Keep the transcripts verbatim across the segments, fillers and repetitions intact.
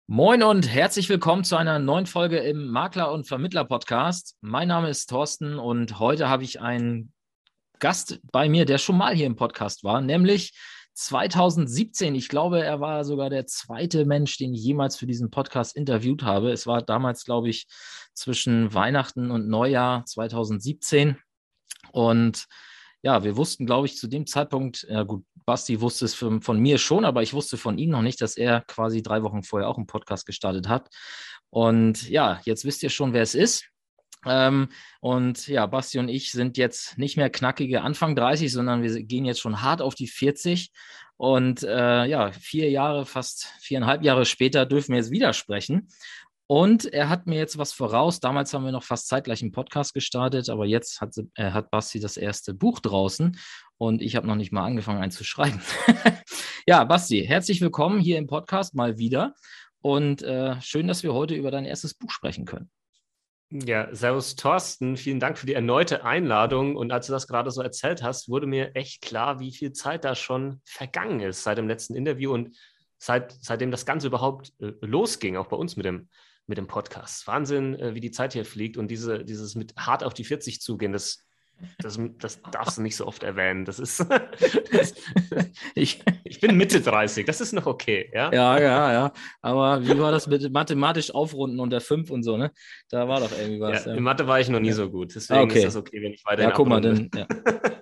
Moin und herzlich willkommen zu einer neuen Folge im Makler- und Vermittler-Podcast. Mein Name ist Thorsten und heute habe ich einen Gast bei mir, der schon mal hier im Podcast war, nämlich zwanzig siebzehn. Ich glaube, er war sogar der zweite Mensch, den ich jemals für diesen Podcast interviewt habe. Es war damals, glaube ich, zwischen Weihnachten und Neujahr zwanzig siebzehn. Und ja, wir wussten, glaube ich, zu dem Zeitpunkt, ja gut, Basti wusste es von, von mir schon, aber ich wusste von ihm noch nicht, dass er quasi drei Wochen vorher auch einen Podcast gestartet hat. Und ja, jetzt wisst ihr schon, wer es ist. Ähm, und ja, Basti und ich sind jetzt nicht mehr knackige Anfang dreißig, sondern wir gehen jetzt schon hart auf die vierzig. Und äh, ja, vier Jahre, fast viereinhalb Jahre später dürfen wir jetzt wieder sprechen. Und er hat mir jetzt was voraus. Damals haben wir noch fast zeitgleich einen Podcast gestartet, aber jetzt hat, äh, hat Basti das erste Buch draußen und ich habe noch nicht mal angefangen, eins zu schreiben. Ja, Basti, herzlich willkommen hier im Podcast mal wieder und äh, schön, dass wir heute über dein erstes Buch sprechen können. Ja, servus Thorsten, vielen Dank für die erneute Einladung. Und als du das gerade so erzählt hast, wurde mir echt klar, wie viel Zeit da schon vergangen ist seit dem letzten Interview und seit, seitdem das Ganze überhaupt äh, losging, auch bei uns mit dem, mit dem Podcast. Wahnsinn, äh, wie die Zeit hier fliegt und diese, dieses mit hart auf die vierzig zugehen, das, das, das darfst du nicht so oft erwähnen. Das ist, das, ich, ich bin Mitte dreißig, das ist noch okay, ja? Ja, ja, ja. Aber wie war das mit mathematisch aufrunden unter fünf und so, ne? Da war doch irgendwie Ja, was. in Ja, Mathe war ich noch nie ja. so gut, Ah, deswegen ist das okay. okay, wenn ich weiterhin Ja, guck mal, abrunde. dann, ja.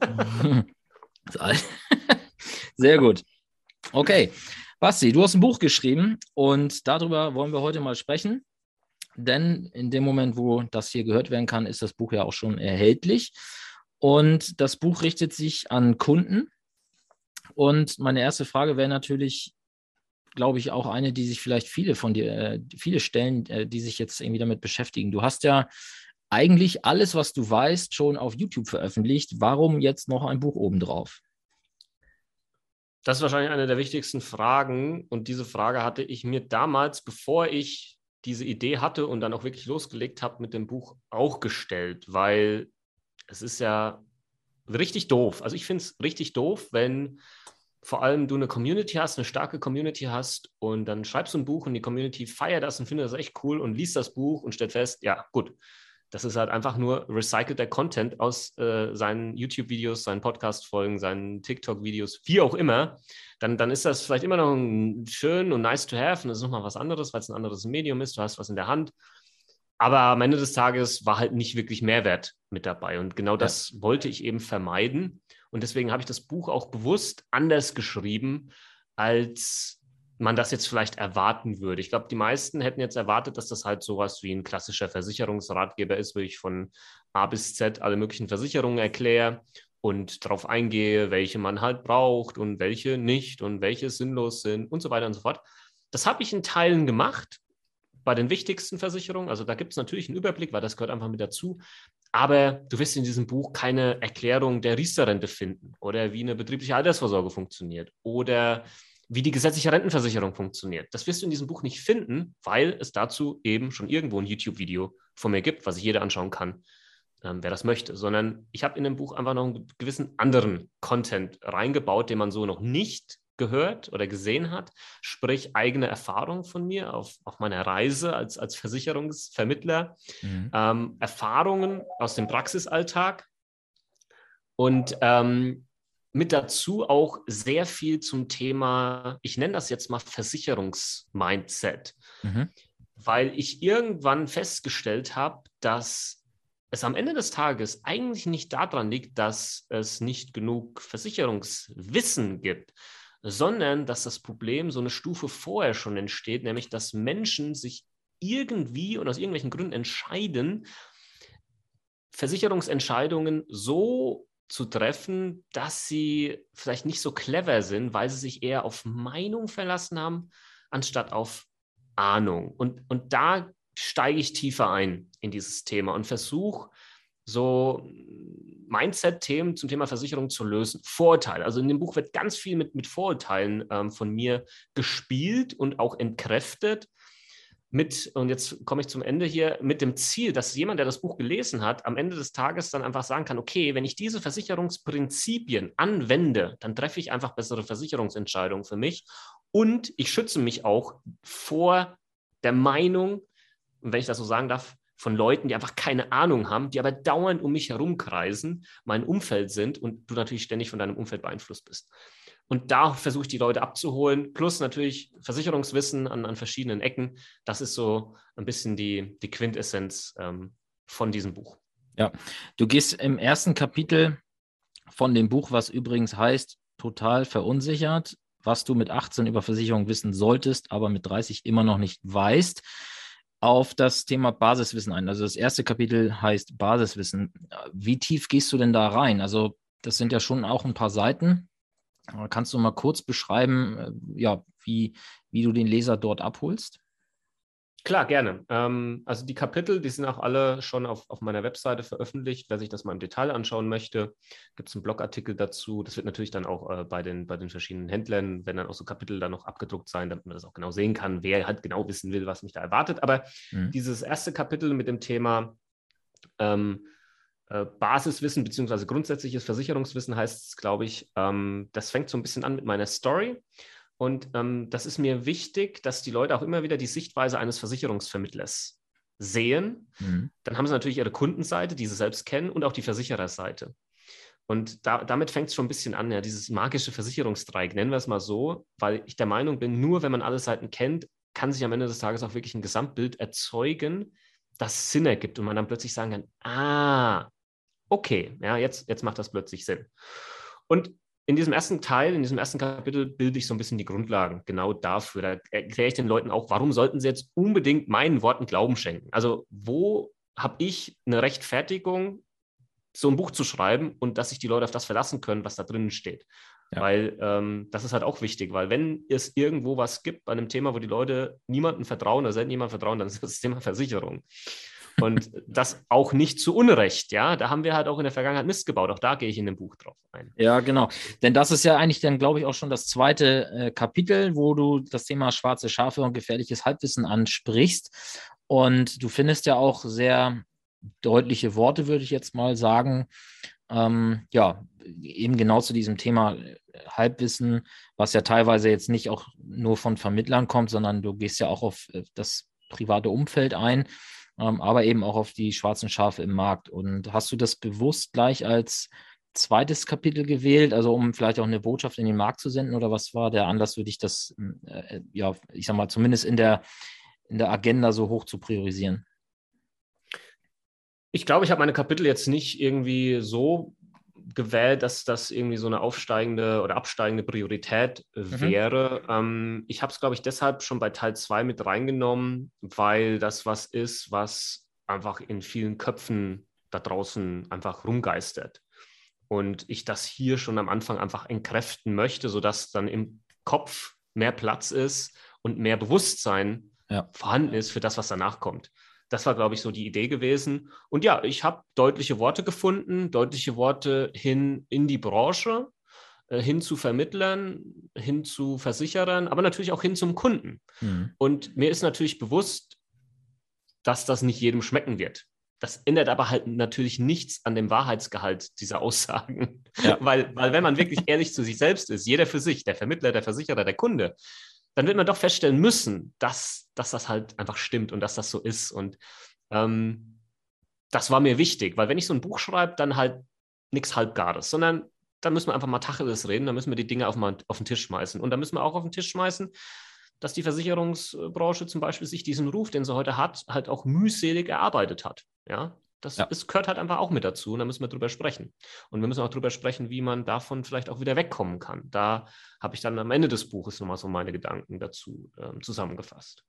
Sehr gut. Okay. Basti, du hast ein Buch geschrieben und darüber wollen wir heute mal sprechen. Denn in dem Moment, wo das hier gehört werden kann, ist das Buch ja auch schon erhältlich. Und das Buch richtet sich an Kunden. Und meine erste Frage wäre natürlich, glaube ich, auch eine, die sich vielleicht viele von dir, äh, viele stellen, äh, die sich jetzt irgendwie damit beschäftigen. Du hast ja eigentlich alles, was du weißt, schon auf YouTube veröffentlicht. Warum jetzt noch ein Buch obendrauf? Das ist wahrscheinlich eine der wichtigsten Fragen. Und diese Frage hatte ich mir damals, bevor ich diese Idee hatte und dann auch wirklich losgelegt habe mit dem Buch, auch gestellt, weil es ist ja richtig doof. Also ich finde es richtig doof, wenn vor allem du eine Community hast, eine starke Community hast und dann schreibst du ein Buch und die Community feiert das und findet das echt cool und liest das Buch und stellt fest, ja gut, das ist halt einfach nur recycelter Content aus äh, seinen YouTube-Videos, seinen Podcast-Folgen, seinen TikTok-Videos, wie auch immer. Dann, dann ist das vielleicht immer noch ein, schön und nice to have und das ist nochmal was anderes, weil es ein anderes Medium ist, du hast was in der Hand. Aber am Ende des Tages war halt nicht wirklich Mehrwert mit dabei. Und genau Ja. das wollte ich eben vermeiden. Und deswegen habe ich das Buch auch bewusst anders geschrieben, als man das jetzt vielleicht erwarten würde. Ich glaube, die meisten hätten jetzt erwartet, dass das halt sowas wie ein klassischer Versicherungsratgeber ist, wo ich von A bis Z alle möglichen Versicherungen erkläre und darauf eingehe, welche man halt braucht und welche nicht und welche sinnlos sind und so weiter und so fort. Das habe ich in Teilen gemacht, bei den wichtigsten Versicherungen. Also da gibt es natürlich einen Überblick, weil das gehört einfach mit dazu. Aber du wirst in diesem Buch keine Erklärung der Riester-Rente finden oder wie eine betriebliche Altersvorsorge funktioniert oder wie die gesetzliche Rentenversicherung funktioniert. Das wirst du in diesem Buch nicht finden, weil es dazu eben schon irgendwo ein YouTube-Video von mir gibt, was sich jeder anschauen kann, ähm, wer das möchte. Sondern ich habe in dem Buch einfach noch einen gewissen anderen Content reingebaut, den man so noch nicht gehört oder gesehen hat, sprich eigene Erfahrungen von mir auf, auf meiner Reise als, als Versicherungsvermittler, Mhm. ähm, Erfahrungen aus dem Praxisalltag und ähm, mit dazu auch sehr viel zum Thema, ich nenne das jetzt mal Versicherungsmindset, Mhm. weil ich irgendwann festgestellt habe, dass es am Ende des Tages eigentlich nicht daran liegt, dass es nicht genug Versicherungswissen gibt, sondern dass das Problem so eine Stufe vorher schon entsteht, nämlich dass Menschen sich irgendwie und aus irgendwelchen Gründen entscheiden, Versicherungsentscheidungen so zu treffen, dass sie vielleicht nicht so clever sind, weil sie sich eher auf Meinung verlassen haben, anstatt auf Ahnung. Und, und da steige ich tiefer ein in dieses Thema und versuche so Mindset-Themen zum Thema Versicherung zu lösen. Vorurteile. Also in dem Buch wird ganz viel mit, mit Vorurteilen ähm, von mir gespielt und auch entkräftet mit, und jetzt komme ich zum Ende hier, mit dem Ziel, dass jemand, der das Buch gelesen hat, am Ende des Tages dann einfach sagen kann, okay, wenn ich diese Versicherungsprinzipien anwende, dann treffe ich einfach bessere Versicherungsentscheidungen für mich und ich schütze mich auch vor der Meinung, und wenn ich das so sagen darf, von Leuten, die einfach keine Ahnung haben, die aber dauernd um mich herumkreisen, mein Umfeld sind und du natürlich ständig von deinem Umfeld beeinflusst bist. Und da versuche ich die Leute abzuholen, plus natürlich Versicherungswissen an, an verschiedenen Ecken. Das ist so ein bisschen die, die Quintessenz ähm, von diesem Buch. Ja, du gehst im ersten Kapitel von dem Buch, was übrigens heißt, total verunsichert, was du mit achtzehn über Versicherung wissen solltest, aber mit dreißig immer noch nicht weißt, auf das Thema Basiswissen ein. Also das erste Kapitel heißt Basiswissen. Wie tief gehst du denn da rein? Also das sind ja schon auch ein paar Seiten. Kannst du mal kurz beschreiben, ja, wie, wie du den Leser dort abholst? Klar, gerne. Ähm, also die Kapitel, die sind auch alle schon auf, auf meiner Webseite veröffentlicht. Wer sich das mal im Detail anschauen möchte, gibt es einen Blogartikel dazu. Das wird natürlich dann auch äh, bei, den, bei den verschiedenen Händlern, wenn dann auch so Kapitel dann noch abgedruckt sein, damit man das auch genau sehen kann, wer halt genau wissen will, was mich da erwartet. Aber mhm. dieses erste Kapitel mit dem Thema ähm, äh, Basiswissen beziehungsweise grundsätzliches Versicherungswissen heißt es, glaube ich, ähm, das fängt so ein bisschen an mit meiner Story. Und ähm, das ist mir wichtig, dass die Leute auch immer wieder die Sichtweise eines Versicherungsvermittlers sehen. Mhm. Dann haben sie natürlich ihre Kundenseite, die sie selbst kennen, und auch die Versichererseite. Und da, damit fängt es schon ein bisschen an, ja, dieses magische Versicherungsdreieck, nennen wir es mal so, weil ich der Meinung bin, nur wenn man alle Seiten kennt, kann sich am Ende des Tages auch wirklich ein Gesamtbild erzeugen, das Sinn ergibt und man dann plötzlich sagen kann, ah, okay, ja, jetzt, jetzt macht das plötzlich Sinn. Und in diesem ersten Teil, in diesem ersten Kapitel bilde ich so ein bisschen die Grundlagen genau dafür. Da erkläre ich den Leuten auch, warum sollten sie jetzt unbedingt meinen Worten Glauben schenken? Also wo habe ich eine Rechtfertigung, so ein Buch zu schreiben und dass sich die Leute auf das verlassen können, was da drinnen steht? Ja. Weil ähm, das ist halt auch wichtig, weil wenn es irgendwo was gibt bei einem Thema, wo die Leute niemandem vertrauen oder selten jemandem vertrauen, dann ist das Thema Versicherung. Und das auch nicht zu Unrecht, ja. Da haben wir halt auch in der Vergangenheit Mist gebaut. Auch da gehe ich in dem Buch drauf ein. Ja, genau. Denn das ist ja eigentlich dann, glaube ich, auch schon das zweite äh, Kapitel, wo du das Thema schwarze Schafe und gefährliches Halbwissen ansprichst. Und du findest ja auch sehr deutliche Worte, würde ich jetzt mal sagen. Ähm, ja, eben genau zu diesem Thema Halbwissen, was ja teilweise jetzt nicht auch nur von Vermittlern kommt, sondern du gehst ja auch auf das private Umfeld ein. Aber eben auch auf die schwarzen Schafe im Markt. Und hast du das bewusst gleich als zweites Kapitel gewählt, also um vielleicht auch eine Botschaft in den Markt zu senden? Oder was war der Anlass für dich, das, äh, ja, ich sag mal, zumindest in der, in der Agenda so hoch zu priorisieren? Ich glaube, ich habe meine Kapitel jetzt nicht irgendwie so gewählt, dass das irgendwie so eine aufsteigende oder absteigende Priorität wäre. Mhm. Ähm, ich habe es, glaube ich, deshalb schon bei Teil zwei mit reingenommen, weil das was ist, was einfach in vielen Köpfen da draußen einfach rumgeistert. Und ich das hier schon am Anfang einfach entkräften möchte, sodass dann im Kopf mehr Platz ist und mehr Bewusstsein ja. vorhanden ist für das, was danach kommt. Das war, glaube ich, so die Idee gewesen. Und ja, ich habe deutliche Worte gefunden, deutliche Worte hin in die Branche, äh, hin zu Vermittlern, hin zu Versicherern, aber natürlich auch hin zum Kunden. Mhm. Und mir ist natürlich bewusst, dass das nicht jedem schmecken wird. Das ändert aber halt natürlich nichts an dem Wahrheitsgehalt dieser Aussagen. Ja. weil, weil wenn man wirklich ehrlich zu sich selbst ist, jeder für sich, der Vermittler, der Versicherer, der Kunde, dann wird man doch feststellen müssen, dass, dass das halt einfach stimmt und dass das so ist. Und ähm, das war mir wichtig, weil wenn ich so ein Buch schreibe, dann halt nichts Halbgares, sondern dann müssen wir einfach mal Tacheles reden, dann müssen wir die Dinge auf, mal auf den Tisch schmeißen. Und dann müssen wir auch auf den Tisch schmeißen, dass die Versicherungsbranche zum Beispiel sich diesen Ruf, den sie heute hat, halt auch mühselig erarbeitet hat. Ja, das ja. ist, gehört halt einfach auch mit dazu und da müssen wir drüber sprechen. Und wir müssen auch drüber sprechen, wie man davon vielleicht auch wieder wegkommen kann. Da habe ich dann am Ende des Buches nochmal so meine Gedanken dazu ähm, zusammengefasst.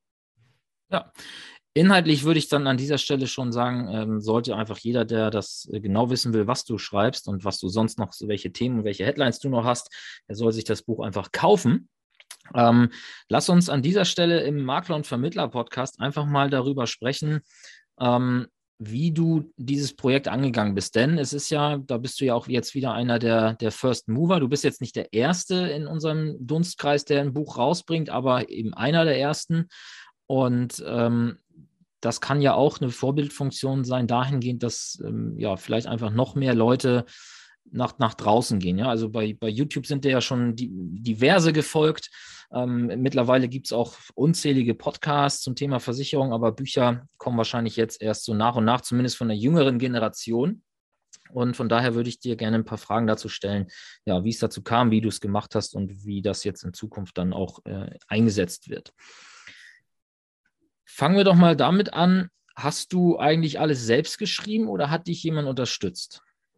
Ja, inhaltlich würde ich dann an dieser Stelle schon sagen, ähm, sollte einfach jeder, der das äh, genau wissen will, was du schreibst und was du sonst noch, welche Themen und welche Headlines du noch hast, der soll sich das Buch einfach kaufen. Ähm, lass uns an dieser Stelle im Makler- und Vermittler-Podcast einfach mal darüber sprechen, ähm, wie du dieses Projekt angegangen bist. Denn es ist ja, da bist du ja auch jetzt wieder einer der, der First Mover. Du bist jetzt nicht der Erste in unserem Dunstkreis, der ein Buch rausbringt, aber eben einer der Ersten. Und ähm, das kann ja auch eine Vorbildfunktion sein, dahingehend, dass ähm, ja vielleicht einfach noch mehr Leute nach, nach draußen gehen. Ja? Also bei, bei YouTube sind dir ja schon die, diverse gefolgt. Ähm, mittlerweile gibt es auch unzählige Podcasts zum Thema Versicherung, aber Bücher kommen wahrscheinlich jetzt erst so nach und nach, zumindest von der jüngeren Generation. Und von daher würde ich dir gerne ein paar Fragen dazu stellen, ja, wie es dazu kam, wie du es gemacht hast und wie das jetzt in Zukunft dann auch äh, eingesetzt wird. Fangen wir doch mal damit an. Hast du eigentlich alles selbst geschrieben oder hat dich jemand unterstützt?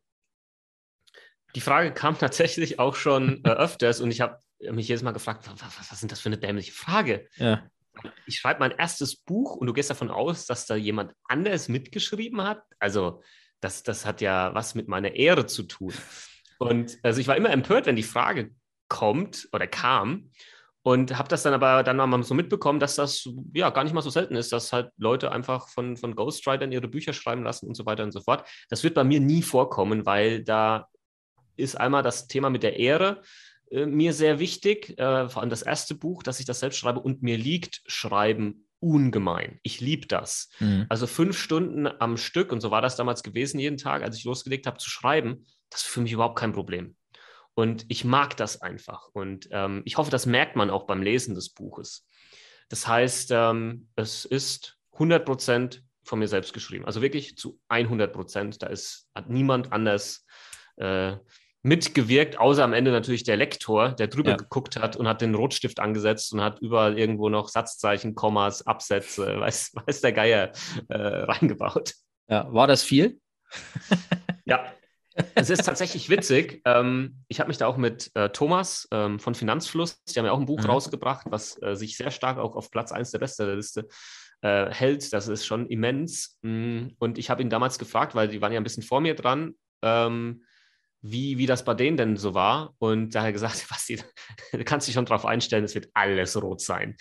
Die Frage kam tatsächlich auch schon äh, öfters und ich habe mich jedes Mal gefragt, was, was, was ist das für eine dämliche Frage? Ja. Ich schreibe mein erstes Buch und du gehst davon aus, dass da jemand anders mitgeschrieben hat. Also das, das hat ja was mit meiner Ehre zu tun. Und also ich war immer empört, wenn die Frage kommt oder kam und habe das dann aber dann mal so mitbekommen, dass das ja gar nicht mal so selten ist, dass halt Leute einfach von, von Ghostwritern ihre Bücher schreiben lassen und so weiter und so fort. Das wird bei mir nie vorkommen, weil da ist einmal das Thema mit der Ehre äh, mir sehr wichtig, äh, vor allem das erste Buch, dass ich das selbst schreibe und mir liegt Schreiben ungemein. Ich liebe das. Mhm. Also fünf Stunden am Stück, und so war das damals gewesen, jeden Tag, als ich losgelegt habe zu schreiben, das ist für mich überhaupt kein Problem. Und ich mag das einfach. Und ähm, ich hoffe, das merkt man auch beim Lesen des Buches. Das heißt, ähm, es ist hundert Prozent von mir selbst geschrieben. Also wirklich zu hundert Prozent. Da ist, hat niemand anders äh, mitgewirkt, außer am Ende natürlich der Lektor, der drüber Ja. geguckt hat und hat den Rotstift angesetzt und hat überall irgendwo noch Satzzeichen, Kommas, Absätze, weiß, weiß der Geier, äh, reingebaut. Ja, war das viel? Ja, es ist tatsächlich witzig. Ähm, ich habe mich da auch mit äh, Thomas ähm, von Finanzfluss, die haben ja auch ein Buch Mhm. rausgebracht, was äh, sich sehr stark auch auf Platz eins der Bestsellerliste äh, hält. Das ist schon immens. Und ich habe ihn damals gefragt, weil die waren ja ein bisschen vor mir dran, ähm, wie, wie das bei denen denn so war. Und da hat er gesagt, Basti, du kannst dich schon darauf einstellen, es wird alles rot sein.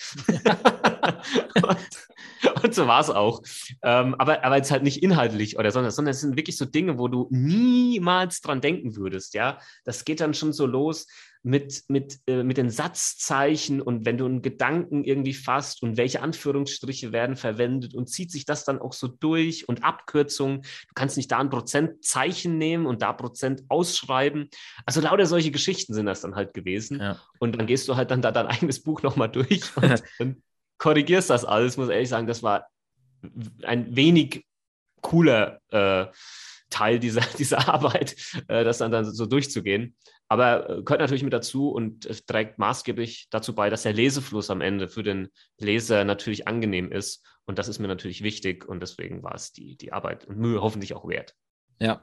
und, und so war es auch. Ähm, aber, aber jetzt halt nicht inhaltlich oder sondern, sondern es sind wirklich so Dinge, wo du niemals dran denken würdest. Ja, das geht dann schon so los mit, mit, äh, mit den Satzzeichen und wenn du einen Gedanken irgendwie fasst und welche Anführungsstriche werden verwendet und zieht sich das dann auch so durch und Abkürzungen. Du kannst nicht da ein Prozentzeichen nehmen und da Prozent ausschreiben. Also lauter solche Geschichten sind das dann halt gewesen. Ja. Und dann gehst du halt dann da dein eigenes Buch nochmal durch und, und korrigierst das alles. Muss ehrlich sagen, das war ein wenig cooler äh, Teil dieser, dieser Arbeit, äh, das dann, dann so durchzugehen. Aber äh, gehört natürlich mit dazu und äh, trägt maßgeblich dazu bei, dass der Lesefluss am Ende für den Leser natürlich angenehm ist. Und das ist mir natürlich wichtig und deswegen war es die, die Arbeit und Mühe hoffentlich auch wert. Ja.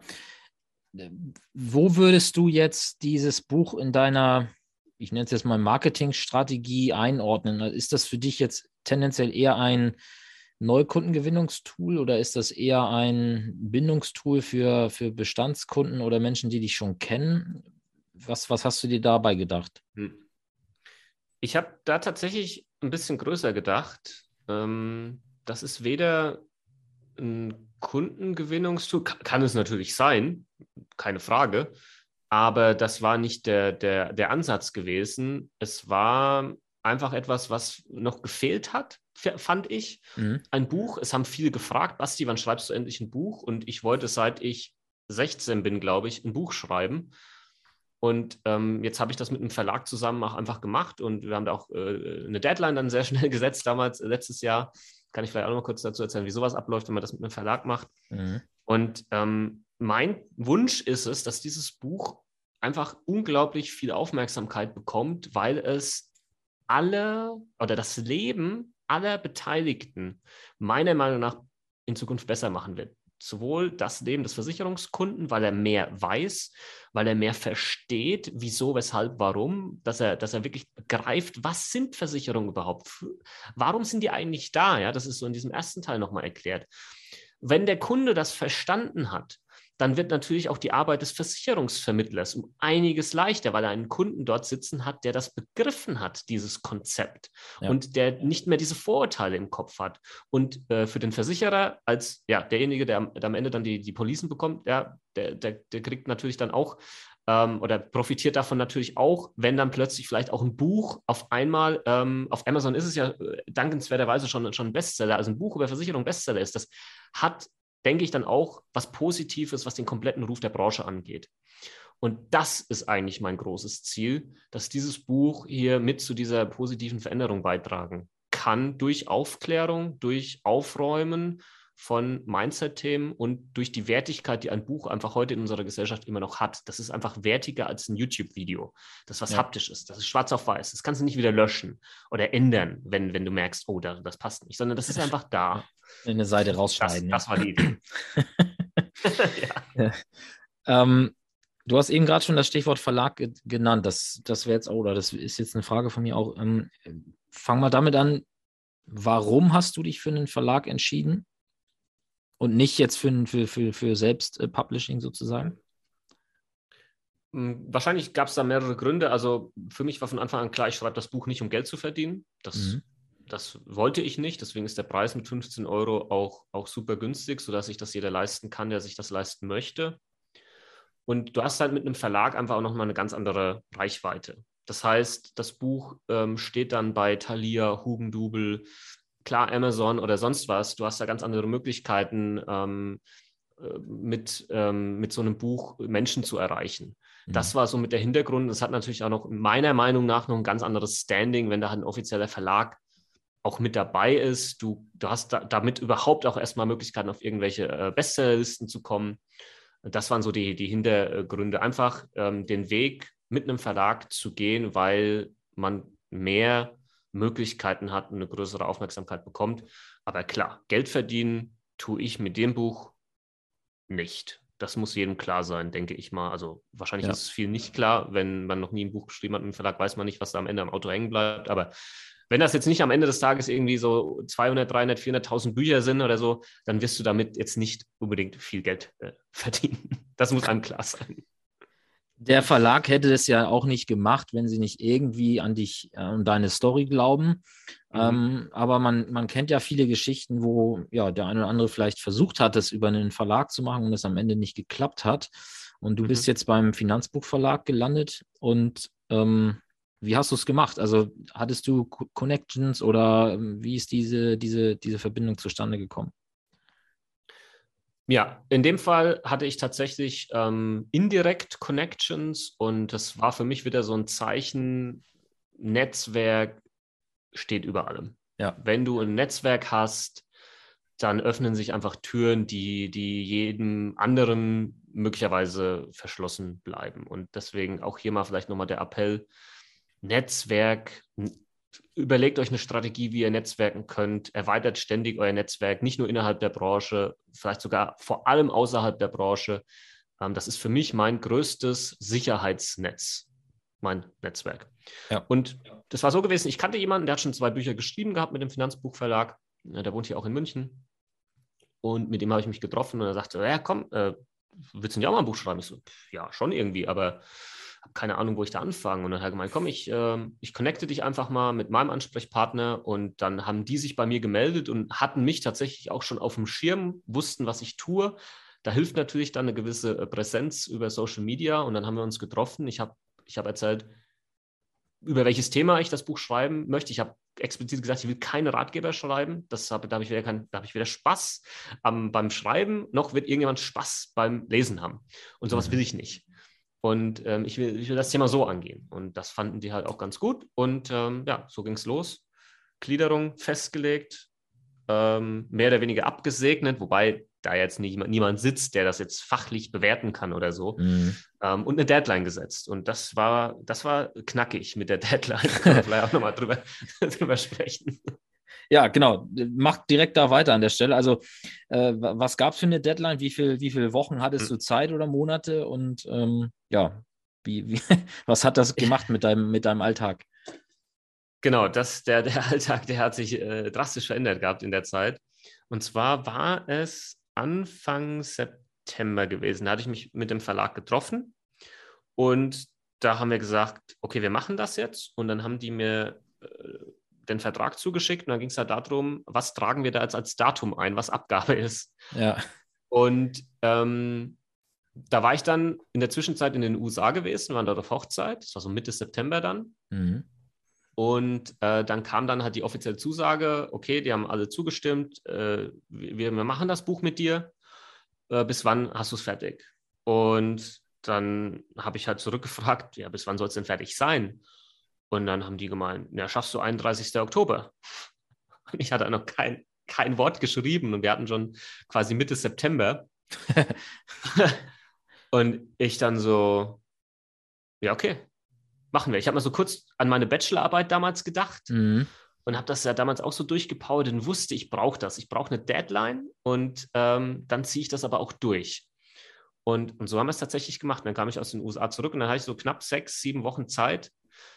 Wo würdest du jetzt dieses Buch in deiner, ich nenne es jetzt mal Marketingstrategie einordnen? Ist das für dich jetzt tendenziell eher ein Neukundengewinnungstool oder ist das eher ein Bindungstool für, für Bestandskunden oder Menschen, die dich schon kennen? Was, was hast du dir dabei gedacht? Ich habe da tatsächlich ein bisschen größer gedacht. Ähm, das ist weder ein Kundengewinnungstool, kann, kann es natürlich sein, keine Frage, aber das war nicht der, der, der Ansatz gewesen. Es war einfach etwas, was noch gefehlt hat, fand ich. Mhm. Ein Buch, es haben viele gefragt, Basti, wann schreibst du endlich ein Buch? Und ich wollte, seit ich sechzehn bin, glaube ich, ein Buch schreiben. Und ähm, jetzt habe ich das mit einem Verlag zusammen auch einfach gemacht und wir haben da auch äh, eine Deadline dann sehr schnell gesetzt, damals, äh, letztes Jahr. Kann ich vielleicht auch noch mal kurz dazu erzählen, wie sowas abläuft, wenn man das mit einem Verlag macht. Mhm. Und ähm, mein Wunsch ist es, dass dieses Buch einfach unglaublich viel Aufmerksamkeit bekommt, weil es alle oder das Leben aller Beteiligten meiner Meinung nach in Zukunft besser machen wird. Sowohl das Leben des Versicherungskunden, weil er mehr weiß, weil er mehr versteht, wieso, weshalb, warum, dass er, dass er wirklich begreift, was sind Versicherungen überhaupt? Warum sind die eigentlich da? Ja, das ist so in diesem ersten Teil nochmal erklärt. Wenn der Kunde das verstanden hat, dann wird natürlich auch die Arbeit des Versicherungsvermittlers um einiges leichter, weil er einen Kunden dort sitzen hat, der das begriffen hat, dieses Konzept, ja, und der nicht mehr diese Vorurteile im Kopf hat. Und äh, für den Versicherer als ja, derjenige, der am, der am Ende dann die, die Policen bekommt, ja, der, der, der kriegt natürlich dann auch ähm, oder profitiert davon natürlich auch, wenn dann plötzlich vielleicht auch ein Buch auf einmal, ähm, auf Amazon ist es ja äh, dankenswerterweise schon, schon ein Bestseller, also ein Buch über Versicherung Bestseller ist, das hat, denke ich, dann auch was Positives, was den kompletten Ruf der Branche angeht. Und das ist eigentlich mein großes Ziel, dass dieses Buch hier mit zu dieser positiven Veränderung beitragen kann, durch Aufklärung, durch Aufräumen von Mindset-Themen und durch die Wertigkeit, die ein Buch einfach heute in unserer Gesellschaft immer noch hat. Das ist einfach wertiger als ein YouTube-Video, das was ja. haptisch ist. Das ist schwarz auf weiß. Das kannst du nicht wieder löschen oder ändern, wenn, wenn du merkst, oh, da, das passt nicht, sondern das ist einfach da. In eine Seite rausschneiden. Das, das war die Idee. ja. Ja. Ähm, du hast eben gerade schon das Stichwort Verlag ge- genannt. Das, das wäre jetzt, oder das ist jetzt eine Frage von mir auch. Ähm, fang mal damit an, warum hast du dich für einen Verlag entschieden? Und nicht jetzt für, für, für, für Selbst-Publishing sozusagen? Wahrscheinlich gab es da mehrere Gründe. Also für mich war von Anfang an klar, ich schreibe das Buch nicht, um Geld zu verdienen. Das, mhm. das wollte ich nicht. Deswegen ist der Preis mit fünfzehn Euro auch, auch super günstig, sodass sich das jeder leisten kann, der sich das leisten möchte. Und du hast halt mit einem Verlag einfach auch nochmal eine ganz andere Reichweite. Das heißt, das Buch ähm, steht dann bei Thalia, Hugendubel, klar, Amazon oder sonst was, du hast da ganz andere Möglichkeiten, ähm, mit, ähm, mit so einem Buch Menschen zu erreichen. Mhm. Das war so mit der Hintergrund. Das hat natürlich auch noch meiner Meinung nach noch ein ganz anderes Standing, wenn da halt ein offizieller Verlag auch mit dabei ist. Du, du hast da, damit überhaupt auch erstmal Möglichkeiten, auf irgendwelche äh, Bestsellerlisten zu kommen. Das waren so die, die Hintergründe. Einfach ähm, den Weg mit einem Verlag zu gehen, weil man mehr Möglichkeiten hat und eine größere Aufmerksamkeit bekommt. Aber klar, Geld verdienen tue ich mit dem Buch nicht. Das muss jedem klar sein, denke ich mal. Also wahrscheinlich ja. ist es viel nicht klar. Wenn man noch nie ein Buch geschrieben hat im Verlag, weiß man nicht, was da am Ende am Auto hängen bleibt. Aber wenn das jetzt nicht am Ende des Tages irgendwie so zweihundert, dreihundert, vierhunderttausend Bücher sind oder so, dann wirst du damit jetzt nicht unbedingt viel Geld äh, verdienen. Das muss einem klar sein. Der Verlag hätte das ja auch nicht gemacht, wenn sie nicht irgendwie an dich und äh, deine Story glauben. Mhm. Ähm, aber man, man kennt ja viele Geschichten, wo ja der eine oder andere vielleicht versucht hat, das über einen Verlag zu machen und es am Ende nicht geklappt hat. Und du mhm. bist jetzt beim Finanzbuchverlag gelandet. Und ähm, wie hast du es gemacht? Also hattest du Co- Connections oder ähm, wie ist diese, diese, diese Verbindung zustande gekommen? Ja, in dem Fall hatte ich tatsächlich ähm, indirekt Connections und das war für mich wieder so ein Zeichen, Netzwerk steht über allem. Ja. Wenn du ein Netzwerk hast, dann öffnen sich einfach Türen, die, die jedem anderen möglicherweise verschlossen bleiben. Und deswegen auch hier mal vielleicht nochmal der Appell, Netzwerk, überlegt euch eine Strategie, wie ihr netzwerken könnt, erweitert ständig euer Netzwerk, nicht nur innerhalb der Branche, vielleicht sogar vor allem außerhalb der Branche. Ähm, das ist für mich mein größtes Sicherheitsnetz, mein Netzwerk. Ja. Und das war so gewesen, ich kannte jemanden, der hat schon zwei Bücher geschrieben gehabt mit dem Finanzbuchverlag, der wohnt hier auch in München und mit dem habe ich mich getroffen und er sagte, ja komm, äh, willst du nicht auch mal ein Buch schreiben? Ich so, ja, schon irgendwie, aber habe keine Ahnung, wo ich da anfange. Und dann hat er gemeint, komm, ich, äh, ich connecte dich einfach mal mit meinem Ansprechpartner. Und dann haben die sich bei mir gemeldet und hatten mich tatsächlich auch schon auf dem Schirm, wussten, was ich tue. Da hilft natürlich dann eine gewisse Präsenz über Social Media. Und dann haben wir uns getroffen. Ich habe ich hab erzählt, über welches Thema ich das Buch schreiben möchte. Ich habe explizit gesagt, ich will keine Ratgeber schreiben. Das habe, da habe ich wieder, kein, da habe ich weder Spaß ähm, beim Schreiben, noch wird irgendjemand Spaß beim Lesen haben. Und sowas mhm. will ich nicht. Und ähm, ich, will, ich will das Thema so angehen. Und das fanden die halt auch ganz gut. Und ähm, ja, so ging es los. Gliederung festgelegt, ähm, mehr oder weniger abgesegnet, wobei da jetzt nie, niemand sitzt, der das jetzt fachlich bewerten kann oder so. Mhm. Ähm, und eine Deadline gesetzt. Und das war, das war knackig mit der Deadline. Da können wir vielleicht auch nochmal drüber, drüber sprechen. Ja, genau. Mach direkt da weiter an der Stelle. Also, äh, was gab es für eine Deadline? Wie, viel, wie viele Wochen hattest du Zeit oder Monate? Und ähm, ja, wie, wie, was hat das gemacht mit deinem, mit deinem Alltag? Genau, das, der, der Alltag, der hat sich äh, drastisch verändert gehabt in der Zeit. Und zwar war es Anfang September gewesen. Da hatte ich mich mit dem Verlag getroffen und da haben wir gesagt, okay, wir machen das jetzt. Und dann haben die mir äh, den Vertrag zugeschickt und dann ging es halt darum, was tragen wir da jetzt als Datum ein, was Abgabe ist. Ja. Und ähm, da war ich dann in der Zwischenzeit in den U S A gewesen, waren dort auf Hochzeit, das war so Mitte September dann. Mhm. Und äh, dann kam dann halt die offizielle Zusage, okay, die haben alle zugestimmt, äh, wir, wir machen das Buch mit dir, äh, bis wann hast du es fertig? Und dann habe ich halt zurückgefragt, ja, bis wann soll es denn fertig sein? Und dann haben die gemeint, ja, schaffst du einunddreißigsten Oktober? Und ich hatte noch kein, kein Wort geschrieben und wir hatten schon quasi Mitte September. Und ich dann so, ja, okay, machen wir. Ich habe mal so kurz an meine Bachelorarbeit damals gedacht Mhm. und habe das ja damals auch so durchgepowert und wusste, ich brauche das. Ich brauche eine Deadline und ähm, dann ziehe ich das aber auch durch. Und, und so haben wir es tatsächlich gemacht. Und dann kam ich aus den U S A zurück und dann hatte ich so knapp sechs, sieben Wochen Zeit,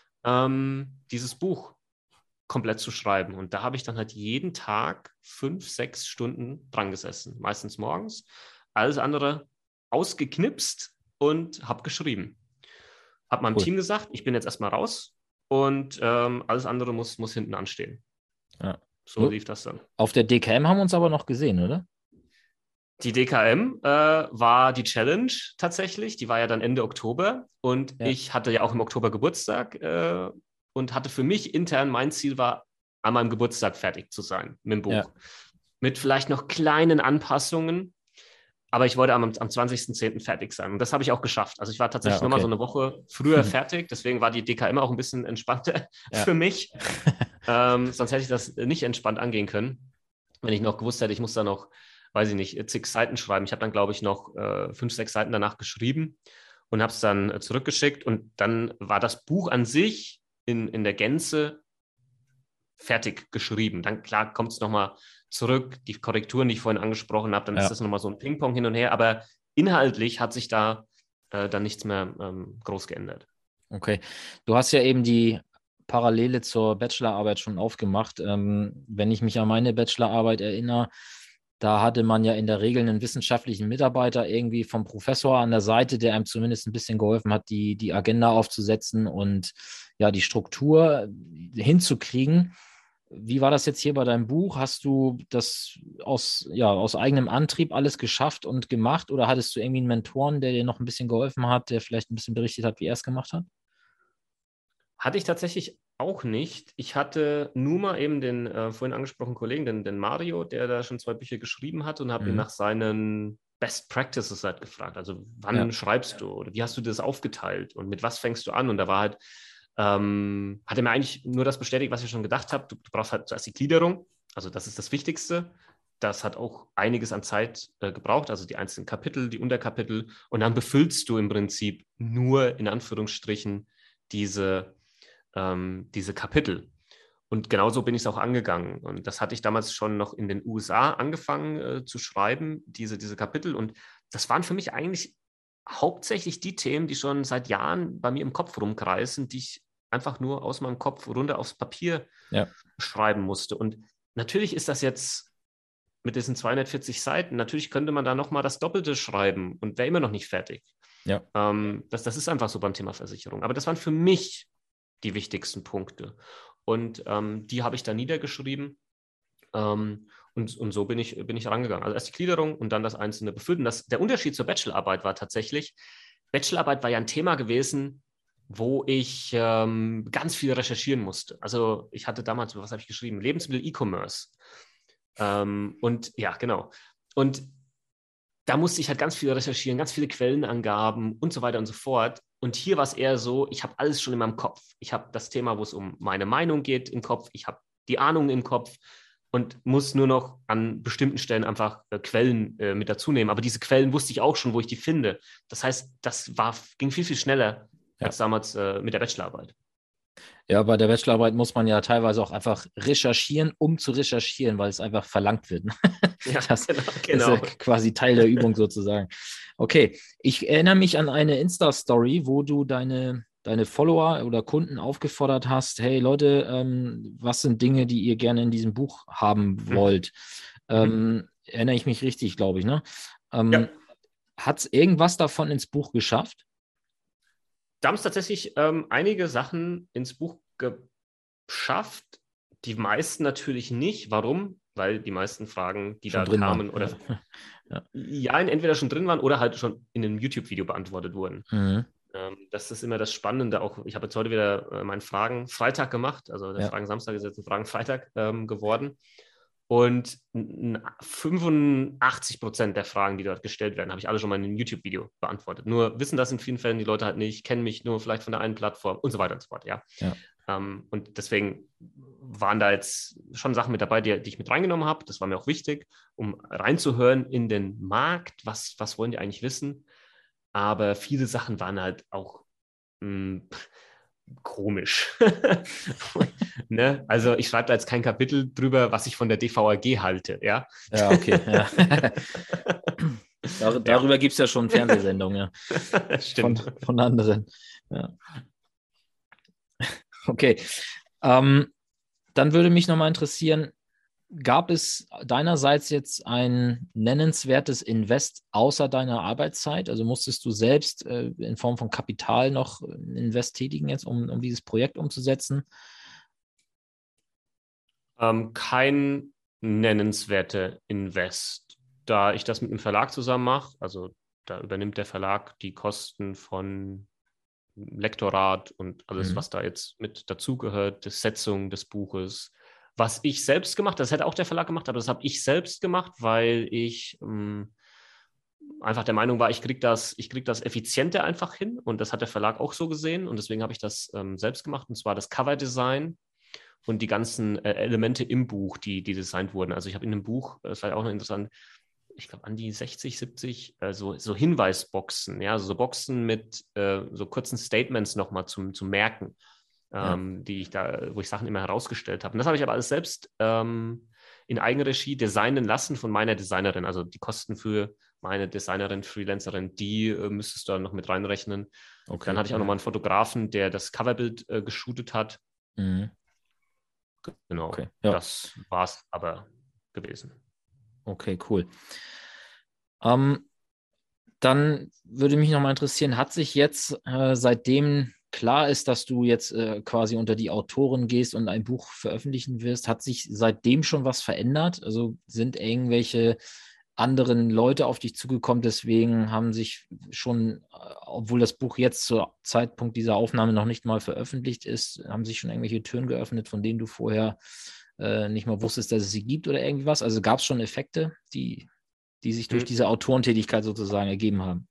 ähm, dieses Buch komplett zu schreiben. Und da habe ich dann halt jeden Tag fünf, sechs Stunden dran gesessen, meistens morgens. Alles andere ausgeknipst und habe geschrieben. Habe meinem Cool. Team gesagt, ich bin jetzt erstmal raus und ähm, alles andere muss, muss hinten anstehen. Ja. So lief das dann. Auf der D K M haben wir uns aber noch gesehen, oder? Die D K M äh, war die Challenge tatsächlich. Die war ja dann Ende Oktober und Ja. ich hatte ja auch im Oktober Geburtstag äh, und hatte für mich intern, mein Ziel war, an meinem Geburtstag fertig zu sein mit dem Buch. Ja. Mit vielleicht noch kleinen Anpassungen, aber ich wollte am, am zwanzigsten zehnten fertig sein. Und das habe ich auch geschafft. Also ich war tatsächlich Ja, nochmal okay. so eine Woche früher fertig. Deswegen war die D K M auch ein bisschen entspannter Ja. für mich. Ähm, sonst hätte ich das nicht entspannt angehen können, wenn ich noch gewusst hätte, ich muss da noch, weiß ich nicht, zig Seiten schreiben. Ich habe dann, glaube ich, noch äh, fünf, sechs Seiten danach geschrieben und habe es dann äh, zurückgeschickt. Und dann war das Buch an sich in, in der Gänze fertig geschrieben. Dann, klar, kommt es nochmal zurück, die Korrekturen, die ich vorhin angesprochen habe, dann Ja. ist das nochmal so ein Ping-Pong hin und her. Aber inhaltlich hat sich da äh, dann nichts mehr ähm, groß geändert. Okay. Du hast ja eben die Parallele zur Bachelorarbeit schon aufgemacht. Ähm, wenn ich mich an meine Bachelorarbeit erinnere, da hatte man ja in der Regel einen wissenschaftlichen Mitarbeiter irgendwie vom Professor an der Seite, der einem zumindest ein bisschen geholfen hat, die, die Agenda aufzusetzen und ja, die Struktur hinzukriegen. Wie war das jetzt hier bei deinem Buch? Hast du das aus, ja, aus eigenem Antrieb alles geschafft und gemacht oder hattest du irgendwie einen Mentoren, der dir noch ein bisschen geholfen hat, der vielleicht ein bisschen berichtet hat, wie er es gemacht hat? Hatte ich tatsächlich auch nicht. Ich hatte nur mal eben den äh, vorhin angesprochenen Kollegen, den, den Mario, der da schon zwei Bücher geschrieben hat und habe ihn Mhm. nach seinen Best Practices halt gefragt. Also wann Ja. schreibst du oder wie hast du das aufgeteilt und mit was fängst du an? Und da war halt, ähm, hat er mir eigentlich nur das bestätigt, was ich schon gedacht habe. Du, du brauchst halt zuerst die Gliederung. Also das ist das Wichtigste. Das hat auch einiges an Zeit äh, gebraucht, also die einzelnen Kapitel, die Unterkapitel. Und dann befüllst du im Prinzip nur in Anführungsstrichen diese ähm, diese Kapitel. Und genauso bin ich es auch angegangen. Und das hatte ich damals schon noch in den U S A angefangen äh, zu schreiben, diese, diese Kapitel. Und das waren für mich eigentlich hauptsächlich die Themen, die schon seit Jahren bei mir im Kopf rumkreisen, die ich einfach nur aus meinem Kopf runter aufs Papier Ja. schreiben musste. Und natürlich ist das jetzt mit diesen zweihundertvierzig Seiten, natürlich könnte man da nochmal das Doppelte schreiben und wäre immer noch nicht fertig. Ja. Ähm, das, das ist einfach so beim Thema Versicherung. Aber das waren für mich die wichtigsten Punkte. Und ähm, die habe ich da niedergeschrieben. Ähm, und, und so bin ich, bin ich rangegangen. Also erst die Gliederung und dann das einzelne Befüllen. Das, der Unterschied zur Bachelorarbeit war tatsächlich, Bachelorarbeit war ja ein Thema gewesen, wo ich ähm, ganz viel recherchieren musste. Also ich hatte damals, was habe ich geschrieben? Lebensmittel-E-Commerce. Ähm, und ja, genau. Und da musste ich halt ganz viel recherchieren, ganz viele Quellenangaben und so weiter und so fort. Und hier war es eher so, ich habe alles schon in meinem Kopf. Ich habe das Thema, wo es um meine Meinung geht, im Kopf. Ich habe die Ahnung im Kopf und muss nur noch an bestimmten Stellen einfach äh, Quellen äh, mit dazu nehmen. Aber diese Quellen wusste ich auch schon, wo ich die finde. Das heißt, das war, ging viel, viel schneller Ja. als damals äh, mit der Bachelorarbeit. Ja, bei der Bachelorarbeit muss man ja teilweise auch einfach recherchieren, um zu recherchieren, weil es einfach verlangt wird. Ja, Das genau. ist genau. ja quasi Teil der Übung sozusagen. Okay, ich erinnere mich an eine Insta-Story, wo du deine, deine Follower oder Kunden aufgefordert hast, hey Leute, ähm, was sind Dinge, die ihr gerne in diesem Buch haben wollt? Mhm. Ähm, erinnere ich mich richtig, glaube ich, ne? Ähm, Ja. Hat es irgendwas davon ins Buch geschafft? Da haben es tatsächlich ähm, einige Sachen ins Buch geschafft. Die meisten natürlich nicht. Warum? Weil die meisten Fragen, die Schon da drin kamen, waren. oder Ja. ja, entweder schon drin waren oder halt schon in einem YouTube-Video beantwortet wurden. Mhm. Ähm, das ist immer das Spannende. Auch ich habe jetzt heute wieder äh, meinen Fragen Freitag gemacht. Also der Ja. Fragen Samstag ist jetzt ein Fragen Freitag ähm, geworden. Und fünfundachtzig Prozent der Fragen, die dort gestellt werden, habe ich alle schon mal in einem YouTube-Video beantwortet. Nur wissen das in vielen Fällen die Leute halt nicht, kennen mich nur vielleicht von der einen Plattform und so weiter und so fort. Ja. Ja. Ähm, und deswegen waren da jetzt schon Sachen mit dabei, die, die ich mit reingenommen habe. Das war mir auch wichtig, um reinzuhören in den Markt. Was, was wollen die eigentlich wissen? Aber viele Sachen waren halt auch mh, komisch. Ne? Also ich schreibe da jetzt kein Kapitel drüber, was ich von der D V A G halte. Ja, ja okay. Ja. Dar darüber ja. gibt es ja schon Fernsehsendungen. Ja. Stimmt. Von, von anderen. Ja. Okay. Ähm, dann würde mich nochmal interessieren, gab es deinerseits jetzt ein nennenswertes Invest außer deiner Arbeitszeit? Also musstest du selbst äh, in Form von Kapital noch Invest tätigen jetzt, um, um dieses Projekt umzusetzen? Ähm, kein nennenswerter Invest, da ich das mit einem Verlag zusammen mache. Also da übernimmt der Verlag die Kosten von Lektorat und alles, mhm. was da jetzt mit dazugehört, die Setzung des Buches. Was ich selbst gemacht, das hätte auch der Verlag gemacht, aber das habe ich selbst gemacht, weil ich ähm, einfach der Meinung war, ich kriege das, ich krieg das effizienter einfach hin und das hat der Verlag auch so gesehen und deswegen habe ich das ähm, selbst gemacht und zwar das Coverdesign und die ganzen äh, Elemente im Buch, die, die designt wurden. Also ich habe in einem Buch, das war ja auch noch interessant, ich glaube an die sechzig, siebzig äh, so, so Hinweisboxen, ja, also so Boxen mit äh, so kurzen Statements nochmal zum, zum Merken, ähm, ja. die ich da, wo ich Sachen immer herausgestellt habe. Und das habe ich aber alles selbst ähm, in Eigenregie designen lassen von meiner Designerin. Also die Kosten für meine Designerin, Freelancerin, die äh, müsstest du dann noch mit reinrechnen. Okay. Dann hatte ich auch nochmal einen Fotografen, der das Coverbild äh, geshootet hat. Mhm. Genau, okay. Ja. Das war es aber gewesen. Okay, cool. Ähm, dann würde mich nochmal interessieren, hat sich jetzt, äh, seitdem klar ist, dass du jetzt äh, quasi unter die Autoren gehst und ein Buch veröffentlichen wirst, hat sich seitdem schon was verändert? Also sind irgendwelche anderen Leute auf dich zugekommen, deswegen haben sich schon, obwohl das Buch jetzt zu Zeitpunkt dieser Aufnahme noch nicht mal veröffentlicht ist, haben sich schon irgendwelche Türen geöffnet, von denen du vorher äh, nicht mal wusstest, dass es sie gibt oder irgendwas? Also gab es schon Effekte, die, die sich durch diese Autorentätigkeit sozusagen ergeben haben?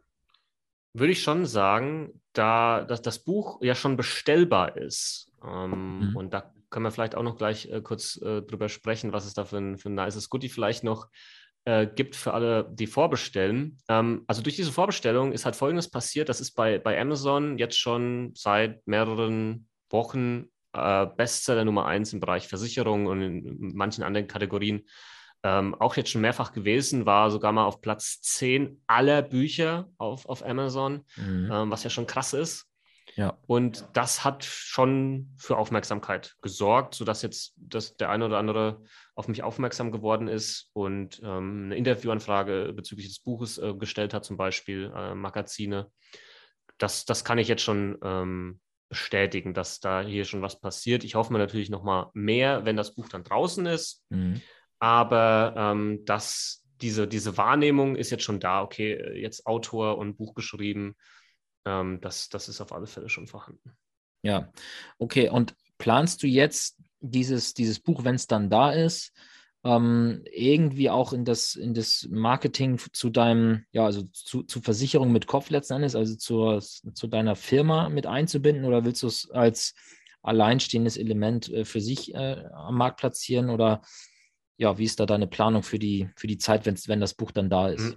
Würde ich schon sagen, da dass das Buch ja schon bestellbar ist. Ähm, mhm. Und da können wir vielleicht auch noch gleich äh, kurz äh, drüber sprechen, was es da für ein, für ein nices Goodie vielleicht noch äh, gibt für alle, die vorbestellen. Ähm, also durch diese Vorbestellung ist halt Folgendes passiert. Das ist bei, bei Amazon jetzt schon seit mehreren Wochen äh, Bestseller Nummer eins im Bereich Versicherung und in manchen anderen Kategorien. Ähm, auch jetzt schon mehrfach gewesen, war sogar mal auf Platz zehn aller Bücher auf, auf Amazon, mhm. ähm, was ja schon krass ist. Ja. Und das hat schon für Aufmerksamkeit gesorgt, sodass jetzt dass der eine oder andere auf mich aufmerksam geworden ist und ähm, eine Interviewanfrage bezüglich des Buches äh, gestellt hat, zum Beispiel äh, Magazine. Das, das kann ich jetzt schon ähm, bestätigen, dass da hier schon was passiert. Ich hoffe mir natürlich noch mal mehr, wenn das Buch dann draußen ist. Mhm. Aber ähm, das, diese, diese Wahrnehmung ist jetzt schon da. Okay, jetzt Autor und Buch geschrieben. Ähm, das, das ist auf alle Fälle schon vorhanden. Ja, okay. Und planst du jetzt dieses, dieses Buch, wenn es dann da ist, ähm, irgendwie auch in das, in das Marketing zu deinem, ja, also zu, zu Versicherung mit Kopf letzten Endes, also zur, zu deiner Firma mit einzubinden, oder willst du es als alleinstehendes Element äh, für sich äh, am Markt platzieren, oder ja, wie ist da deine Planung für die, für die Zeit, wenn's, wenn das Buch dann da ist?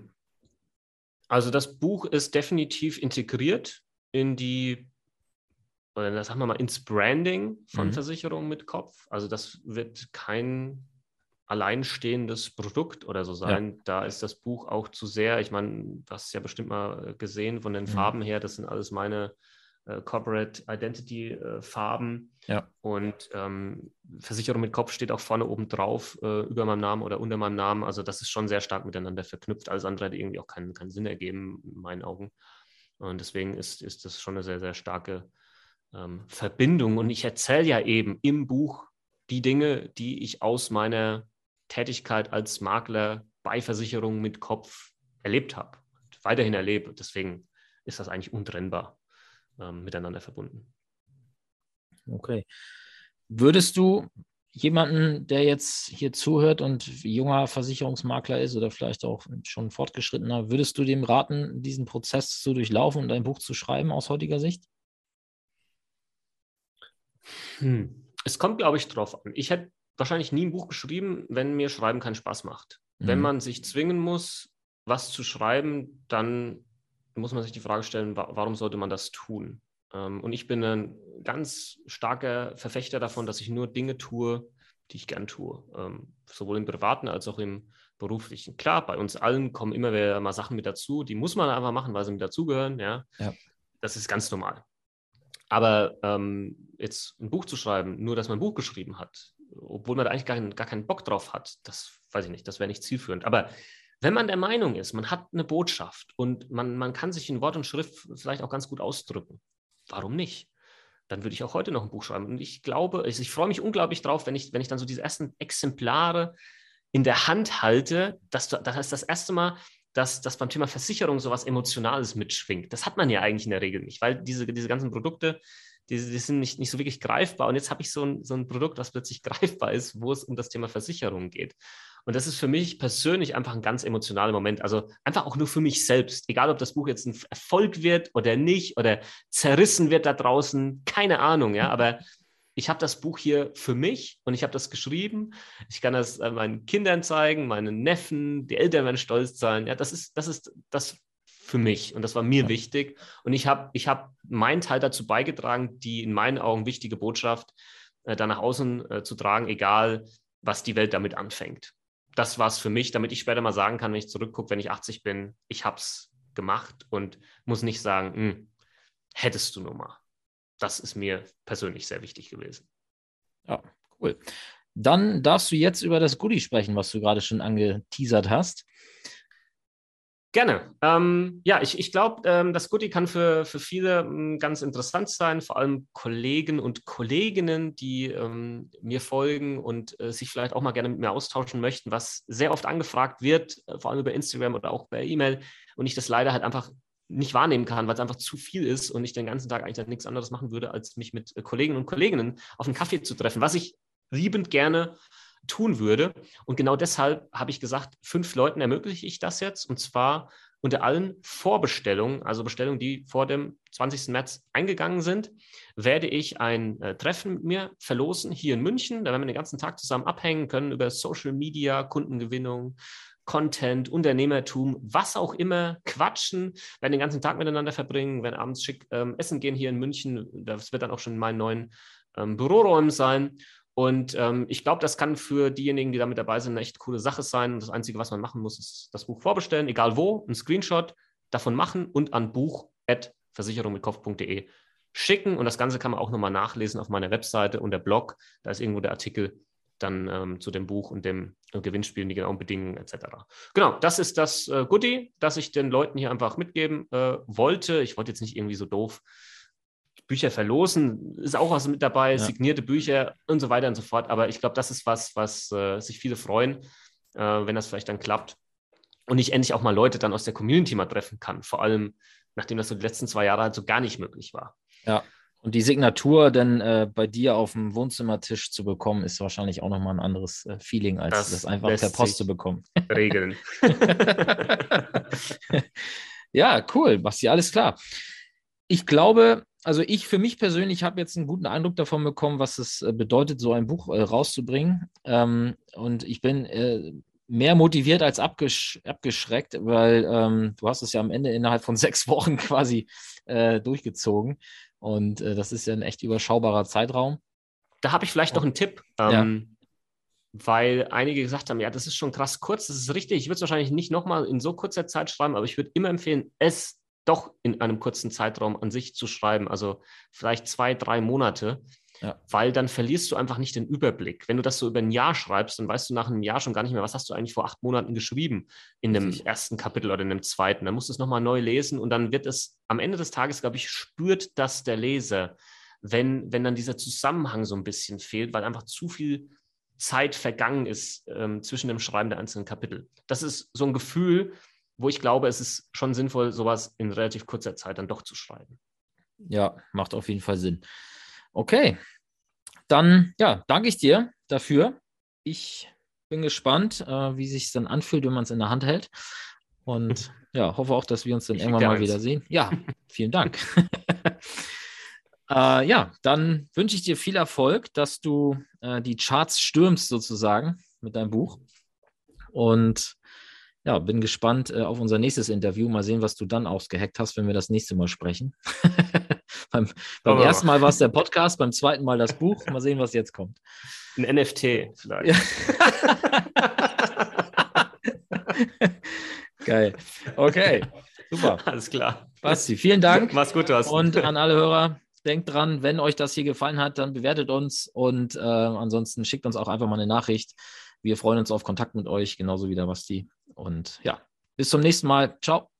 Also das Buch ist definitiv integriert in die, oder sagen wir mal, ins Branding von mhm. Versicherung mit Kopf. Also das wird kein alleinstehendes Produkt oder so sein. Ja. Da ist das Buch auch zu sehr, ich meine, du hast es ja bestimmt mal gesehen von den mhm. Farben her, das sind alles meine äh, Corporate Identity äh, Farben. Ja. Und ähm, Versicherung mit Kopf steht auch vorne oben drauf, äh, über meinem Namen oder unter meinem Namen. Also das ist schon sehr stark miteinander verknüpft. Alles andere hat irgendwie auch keinen, keinen Sinn ergeben, in meinen Augen. Und deswegen ist, ist das schon eine sehr, sehr starke ähm, Verbindung. Und ich erzähle ja eben im Buch die Dinge, die ich aus meiner Tätigkeit als Makler bei Versicherungen mit Kopf erlebt habe und weiterhin erlebe. Deswegen ist das eigentlich untrennbar ähm, miteinander verbunden. Okay. Würdest du jemanden, der jetzt hier zuhört und junger Versicherungsmakler ist oder vielleicht auch schon fortgeschrittener, würdest du dem raten, diesen Prozess zu durchlaufen und ein Buch zu schreiben aus heutiger Sicht? Hm. Es kommt, glaube ich, drauf an. Ich hätte wahrscheinlich nie ein Buch geschrieben, wenn mir Schreiben keinen Spaß macht. Mhm. Wenn man sich zwingen muss, was zu schreiben, dann muss man sich die Frage stellen, warum sollte man das tun? Und ich bin ein ganz starker Verfechter davon, dass ich nur Dinge tue, die ich gern tue. Sowohl im Privaten als auch im Beruflichen. Klar, bei uns allen kommen immer wieder mal Sachen mit dazu, die muss man einfach machen, weil sie mit dazugehören. Ja? Ja. Das ist ganz normal. Aber ähm, jetzt ein Buch zu schreiben, nur dass man ein Buch geschrieben hat, obwohl man da eigentlich gar, gar keinen Bock drauf hat, das weiß ich nicht, das wäre nicht zielführend. Aber wenn man der Meinung ist, man hat eine Botschaft und man, man kann sich in Wort und Schrift vielleicht auch ganz gut ausdrücken, warum nicht? Dann würde ich auch heute noch ein Buch schreiben. Und ich glaube, ich, ich freue mich unglaublich drauf, wenn ich, wenn ich dann so diese ersten Exemplare in der Hand halte. Das, das heißt, das erste Mal, dass, dass beim Thema Versicherung sowas Emotionales mitschwingt. Das hat man ja eigentlich in der Regel nicht, weil diese, diese ganzen Produkte, die, die sind nicht, nicht so wirklich greifbar. Und jetzt habe ich so ein, so ein Produkt, was plötzlich greifbar ist, wo es um das Thema Versicherung geht. Und das ist für mich persönlich einfach ein ganz emotionaler Moment. Also einfach auch nur für mich selbst. Egal, ob das Buch jetzt ein Erfolg wird oder nicht oder zerrissen wird da draußen, keine Ahnung, ja, aber ich habe das Buch hier für mich und ich habe das geschrieben. Ich kann das meinen Kindern zeigen, meinen Neffen, die Eltern werden stolz sein. Ja, das ist, das ist das für mich und das war mir wichtig. Und ich habe ich hab meinen Teil dazu beigetragen, die in meinen Augen wichtige Botschaft äh, da nach außen äh, zu tragen, egal was die Welt damit anfängt. Das war es für mich, damit ich später mal sagen kann, wenn ich zurückgucke, wenn ich achtzig bin, ich habe es gemacht und muss nicht sagen, hättest du nur mal. Das ist mir persönlich sehr wichtig gewesen. Ja, cool. Dann darfst du jetzt über das Goodie sprechen, was du gerade schon angeteasert hast. Gerne. Ähm, ja, ich, ich glaube, ähm, das Goodie kann für, für viele ähm, ganz interessant sein, vor allem Kollegen und Kolleginnen, die ähm, mir folgen und äh, sich vielleicht auch mal gerne mit mir austauschen möchten, was sehr oft angefragt wird, äh, vor allem über Instagram oder auch per E-Mail und ich das leider halt einfach nicht wahrnehmen kann, weil es einfach zu viel ist und ich den ganzen Tag eigentlich dann nichts anderes machen würde, als mich mit Kollegen und Kolleginnen auf einen Kaffee zu treffen, was ich liebend gerne tun würde. Und genau deshalb habe ich gesagt, fünf Leuten ermögliche ich das jetzt und zwar unter allen Vorbestellungen, also Bestellungen, die vor dem zwanzigsten März eingegangen sind, werde ich ein äh, Treffen mit mir verlosen hier in München. Da werden wir den ganzen Tag zusammen abhängen können über Social Media, Kundengewinnung, Content, Unternehmertum, was auch immer, quatschen, werden den ganzen Tag miteinander verbringen, werden abends schick ähm, essen gehen hier in München. Das wird dann auch schon in meinen neuen ähm, Büroräumen sein. Und ähm, ich glaube, das kann für diejenigen, die da mit dabei sind, eine echt coole Sache sein. Und das Einzige, was man machen muss, ist das Buch vorbestellen, egal wo, einen Screenshot davon machen und an buch at versicherung mit kopf punkt de schicken. Und das Ganze kann man auch nochmal nachlesen auf meiner Webseite und der Blog. Da ist irgendwo der Artikel dann ähm, zu dem Buch und dem äh, Gewinnspiel, die genauen Bedingungen et cetera. Genau, das ist das äh, Goodie, das ich den Leuten hier einfach mitgeben äh, wollte. Ich wollte jetzt nicht irgendwie so doof Bücher verlosen, ist auch was mit dabei, ja. Signierte Bücher und so weiter und so fort. Aber ich glaube, das ist was, was äh, sich viele freuen, äh, wenn das vielleicht dann klappt. Und ich endlich auch mal Leute dann aus der Community mal treffen kann. Vor allem, nachdem das so die letzten zwei Jahre halt so gar nicht möglich war. Ja. Und die Signatur dann äh, bei dir auf dem Wohnzimmertisch zu bekommen, ist wahrscheinlich auch nochmal ein anderes äh, Feeling, als das, das einfach per Post zu bekommen. Regeln. Ja, cool, Basti, alles klar. Ich glaube, also ich für mich persönlich habe jetzt einen guten Eindruck davon bekommen, was es äh, bedeutet, so ein Buch äh, rauszubringen. Ähm, und ich bin äh, mehr motiviert als abgesch abgeschreckt, weil ähm, du hast es ja am Ende innerhalb von sechs Wochen quasi äh, durchgezogen. Und äh, das ist ja ein echt überschaubarer Zeitraum. Da habe ich vielleicht noch einen Tipp, ähm, ja. weil einige gesagt haben, ja, das ist schon krass kurz, das ist richtig. Ich würde es wahrscheinlich nicht nochmal in so kurzer Zeit schreiben, aber ich würde immer empfehlen, es doch in einem kurzen Zeitraum an sich zu schreiben, also vielleicht zwei, drei Monate, ja. Weil dann verlierst du einfach nicht den Überblick. Wenn du das so über ein Jahr schreibst, dann weißt du nach einem Jahr schon gar nicht mehr, was hast du eigentlich vor acht Monaten geschrieben in dem Richtig. ersten Kapitel oder in dem zweiten. Dann musst du es nochmal neu lesen und dann wird es am Ende des Tages, glaube ich, spürt das der Leser, wenn, wenn dann dieser Zusammenhang so ein bisschen fehlt, weil einfach zu viel Zeit vergangen ist ähm, zwischen dem Schreiben der einzelnen Kapitel. Das ist so ein Gefühl, wo ich glaube, es ist schon sinnvoll, sowas in relativ kurzer Zeit dann doch zu schreiben. Ja, macht auf jeden Fall Sinn. Okay, dann ja, danke ich dir dafür. Ich bin gespannt, äh, wie sich es dann anfühlt, wenn man es in der Hand hält. Und ja, hoffe auch, dass wir uns dann Ich irgendwann krieg dir mal eins. wiedersehen. Ja, vielen Dank. äh, ja, dann wünsche ich dir viel Erfolg, dass du äh, die Charts stürmst sozusagen mit deinem Buch. Und ja, bin gespannt äh, auf unser nächstes Interview. Mal sehen, was du dann ausgehackt hast, wenn wir das nächste Mal sprechen. beim beim ersten Mal war es der Podcast, beim zweiten Mal das Buch. Mal sehen, was jetzt kommt. Ein N F T vielleicht. Geil. Okay, super. Alles klar. Basti, vielen Dank. Mach's gut, Thorsten. Und an alle Hörer, denkt dran, wenn euch das hier gefallen hat, dann bewertet uns und äh, ansonsten schickt uns auch einfach mal eine Nachricht. Wir freuen uns auf Kontakt mit euch, genauso wie der Basti. Und ja, bis zum nächsten Mal. Ciao.